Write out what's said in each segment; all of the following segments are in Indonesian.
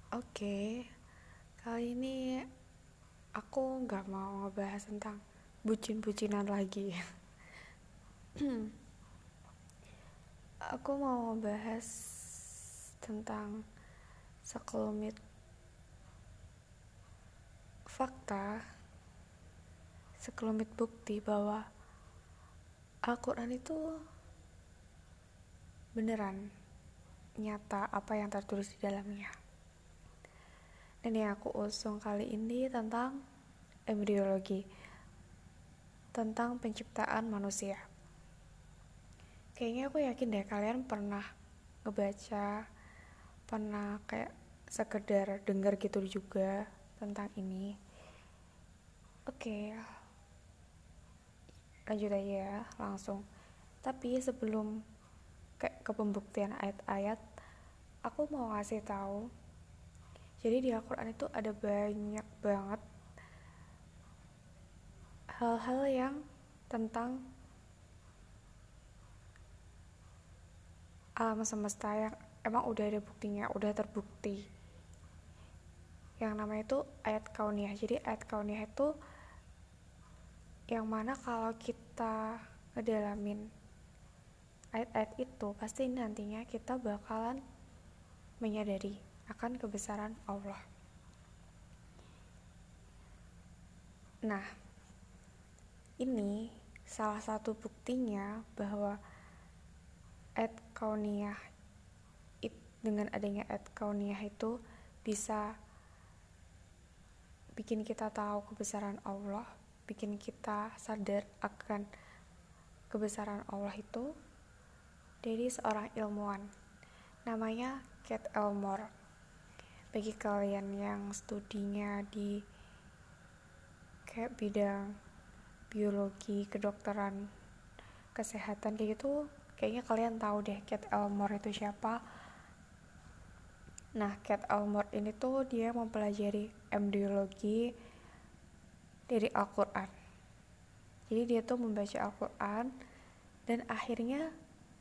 Oke, kali ini aku nggak mau ngebahas tentang bucin-bucinan lagi. Aku mau ngebahas tentang sekelumit fakta, sekelumit bukti bahwa Al-Quran itu beneran nyata apa yang tertulis di dalamnya. Dan yang aku usung kali ini tentang embriologi, tentang penciptaan manusia. Kayaknya aku yakin deh kalian pernah ngebaca, pernah kayak sekedar dengar gitu juga tentang ini. Oke, lanjut aja ya, langsung. Tapi sebelum kayak ke pembuktian ayat-ayat, aku mau ngasih tahu. Jadi di Al-Quran itu ada banyak banget hal-hal yang tentang alam semesta yang emang udah ada buktinya, udah terbukti. Yang namanya itu ayat kauniyah. Jadi ayat kauniyah itu yang mana kalau kita ngedalamin ayat-ayat itu pasti nantinya kita bakalan menyadari akan kebesaran Allah. Nah, ini salah satu buktinya bahwa ayat kauniyah dengan adanya ayat kauniyah itu bisa bikin kita tahu kebesaran Allah, bikin kita sadar akan kebesaran Allah itu dari seorang ilmuwan namanya Kate Elmore. Bagi kalian yang studinya di kayak bidang biologi, kedokteran, kesehatan kayak gitu, kayaknya kalian tahu deh Kate Elmore itu siapa. Nah, Kate Elmore ini tuh dia mempelajari embriologi dari Al-Quran. Jadi dia tuh membaca Al-Quran dan akhirnya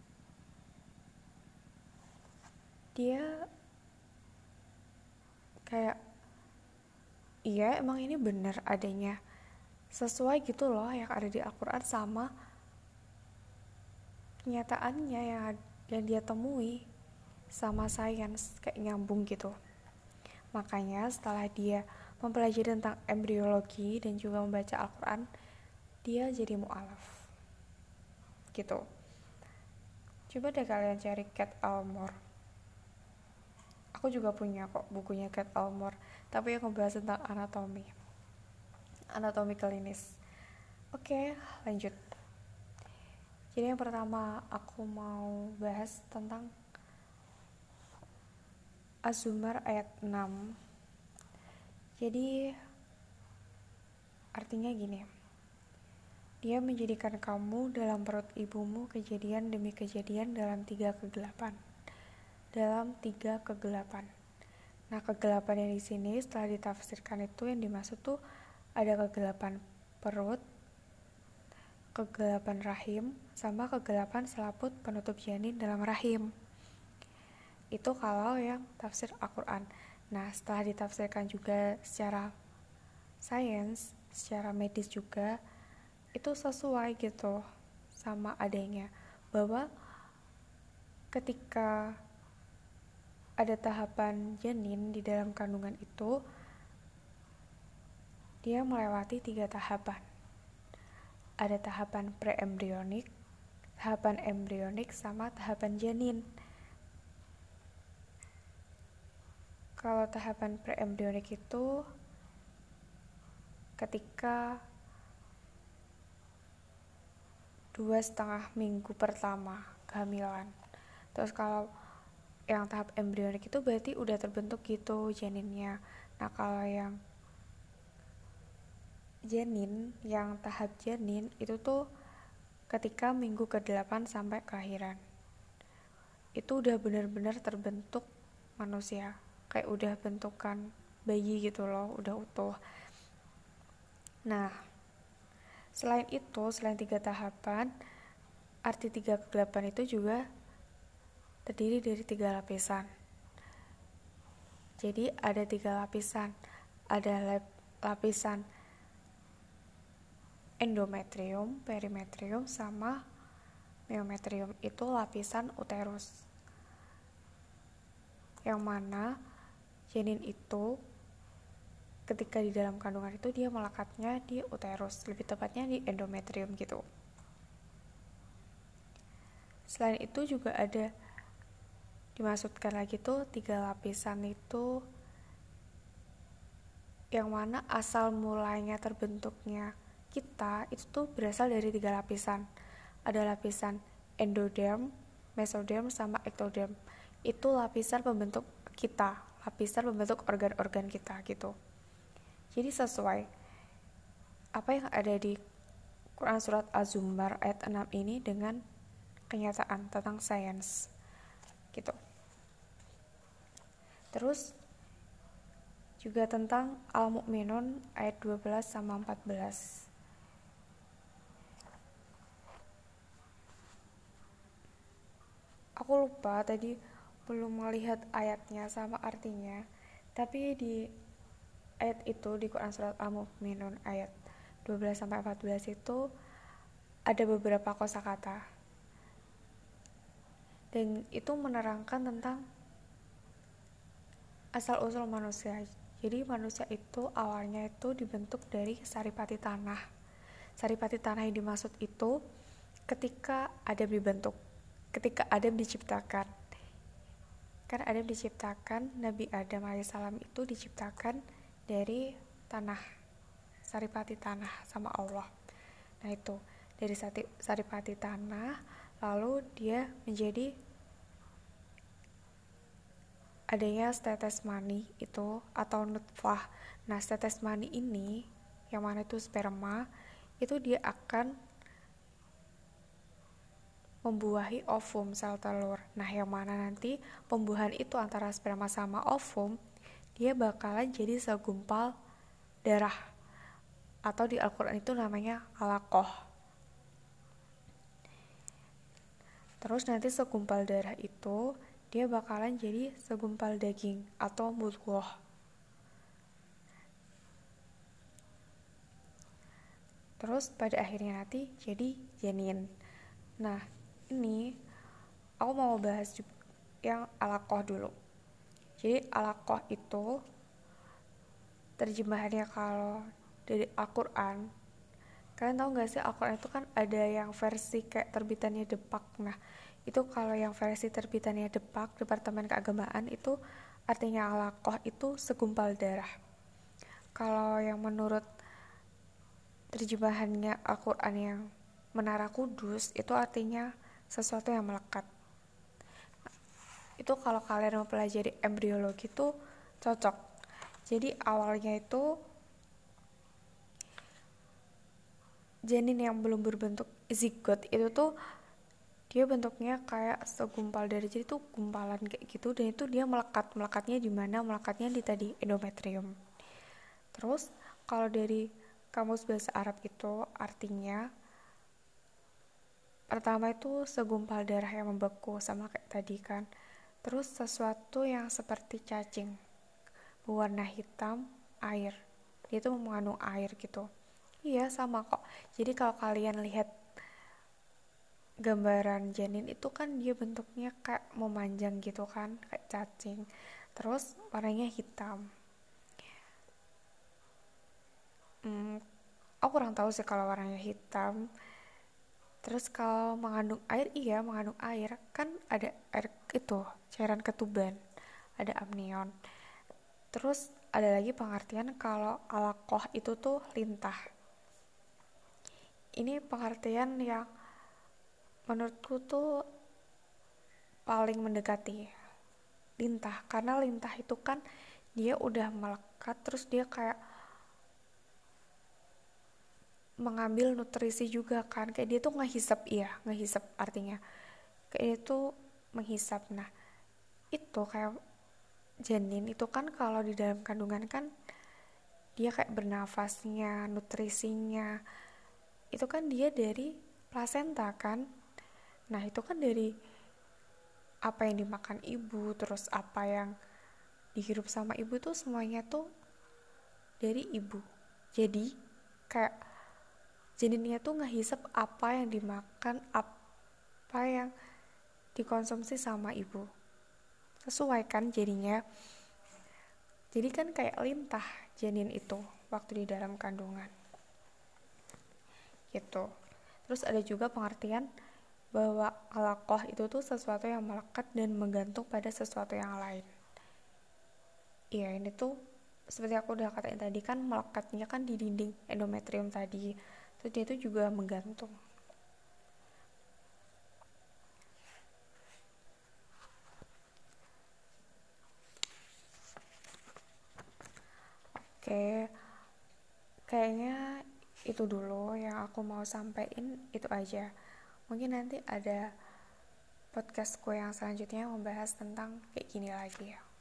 dia kayak iya emang ini bener adanya, sesuai gitu loh yang ada di Al-Quran sama kenyataannya yang dia temui sama sains, kayak nyambung gitu. Makanya setelah dia mempelajari tentang embriologi dan juga membaca Al-Quran, dia jadi mu'alaf gitu. Coba deh kalian cari Kate Elmore. Aku juga punya kok bukunya Kate Elmore, tapi yang ngebahas tentang anatomi klinis. Oke, lanjut. Jadi yang pertama aku mau bahas tentang Az-Zumar ayat 6. Jadi artinya gini, dia menjadikan kamu dalam perut ibumu kejadian demi kejadian dalam tiga kegelapan. Nah, kegelapan yang di sini setelah ditafsirkan itu yang dimaksud tuh ada kegelapan perut, kegelapan rahim, sama kegelapan selaput penutup janin dalam rahim. Itu kalau yang tafsir Al-Quran. Nah, setelah ditafsirkan juga secara sains, secara medis juga, itu sesuai gitu sama adanya bahwa ketika ada tahapan janin di dalam kandungan itu, dia melewati 3 tahapan. Ada tahapan preembrionik, tahapan embrionik, sama tahapan janin. Kalau tahapan preembrionik itu ketika 2,5 minggu pertama kehamilan. Terus kalau yang tahap embrionik itu berarti udah terbentuk gitu janinnya. Nah, kalau yang tahap janin itu tuh ketika minggu ke-8 sampai kelahiran. Itu udah benar-benar terbentuk manusia. Kayak udah bentukan bayi gitu loh, udah utuh. Nah, selain 3 tahapan, arti 3 kegelapan itu juga terdiri dari 3 lapisan. Jadi ada 3 lapisan. Ada lapisan endometrium, perimetrium, sama myometrium. Itu lapisan uterus. Yang mana janin itu ketika di dalam kandungan itu dia melekatnya di uterus, lebih tepatnya di endometrium gitu. Selain itu juga ada dimaksudkan lagi tuh 3 lapisan itu, yang mana asal mulanya terbentuknya kita itu tuh berasal dari 3 lapisan. Ada lapisan endoderm, mesoderm, sama ektoderm. Itu lapisan pembentuk kita, lapisan pembentuk organ-organ kita gitu. Jadi sesuai apa yang ada di Quran Surat Az-Zumar ayat 6 ini dengan kenyataan tentang sains gitu. Terus juga tentang Al-Mu'minun ayat 12 sama 14. Aku lupa tadi belum melihat ayatnya sama artinya, tapi di ayat itu di Quran Surat Al-Mu'minun ayat 12 sampai 14 itu ada beberapa kosakata. Dan itu menerangkan tentang asal-usul manusia. Jadi manusia itu awalnya itu dibentuk dari saripati tanah. Saripati tanah yang dimaksud itu ketika Adam dibentuk, ketika Adam diciptakan. Kan Adam diciptakan, Nabi Adam alaihissalam itu diciptakan dari tanah, saripati tanah sama Allah. Nah itu dari saripati tanah, lalu dia menjadi adanya setetes mani itu atau nutfah. Nah setetes mani ini yang mana itu sperma, itu dia akan membuahi ovum, sel telur. Nah yang mana nanti pembuahan itu antara sperma sama ovum, dia bakalan jadi segumpal darah, atau di Al-Quran itu namanya alaqah. Terus nanti segumpal darah itu dia bakalan jadi segumpal daging atau mudghah. Terus pada akhirnya nanti jadi janin. Nah ini aku mau bahas yang alaqah dulu. Jadi alaqah itu terjemahannya kalau dari Al-Quran, kalian tahu gak sih Al-Quran itu kan ada yang versi kayak terbitannya Depak. Nah itu kalau yang versi terbitannya Depak, Departemen Keagamaan, itu artinya alaqah itu segumpal darah. Kalau yang menurut terjemahannya Al-Quran yang Menara Kudus, itu artinya sesuatu yang melekat. Itu kalau kalian mempelajari embriologi itu cocok. Jadi awalnya itu janin yang belum berbentuk zigot itu tuh dia bentuknya kayak segumpal darah, jadi tuh gumpalan kayak gitu, dan itu dia melekatnya di mana? Melekatnya di tadi endometrium. Terus kalau dari kamus bahasa Arab itu artinya pertama itu segumpal darah yang membeku sama kayak tadi kan. Terus sesuatu yang seperti cacing berwarna hitam, air, dia tuh mengandung air gitu. Iya sama kok. Jadi kalau kalian lihat gambaran janin itu kan dia bentuknya kayak memanjang gitu kan, kayak cacing. Terus warnanya hitam. Aku kurang tahu sih kalau warnanya hitam. Terus kalau mengandung air, iya mengandung air. Kan ada air itu, cairan ketuban, ada amnion. Terus ada lagi pengertian kalau alaqah itu tuh lintah. Ini pengertian yang menurutku tuh paling mendekati lintah, karena lintah itu kan dia udah melekat, terus dia kayak mengambil nutrisi juga kan, kayak dia tuh ngehisap, iya ngehisap artinya kayak dia tuh menghisap. Nah itu kayak janin itu kan kalau di dalam kandungan kan dia kayak bernafasnya, nutrisinya itu kan dia dari plasenta kan. Nah itu kan dari apa yang dimakan ibu, terus apa yang dihirup sama ibu tuh semuanya tuh dari ibu. Jadi kayak janinnya tuh ngehisap apa yang dimakan, apa yang dikonsumsi sama ibu. Sesuai kan jadinya. Jadi kan kayak lintah janin itu waktu di dalam kandungan. Gitu. Terus ada juga pengertian bahwa alaqah itu tuh sesuatu yang melekat dan menggantung pada sesuatu yang lain. Iya, ini tuh seperti aku udah katain tadi kan melekatnya kan di dinding endometrium tadi. Terus dia itu juga menggantung. Oke, kayaknya itu dulu yang aku mau sampaikan, itu aja. Mungkin nanti ada podcastku yang selanjutnya membahas tentang kayak gini lagi ya.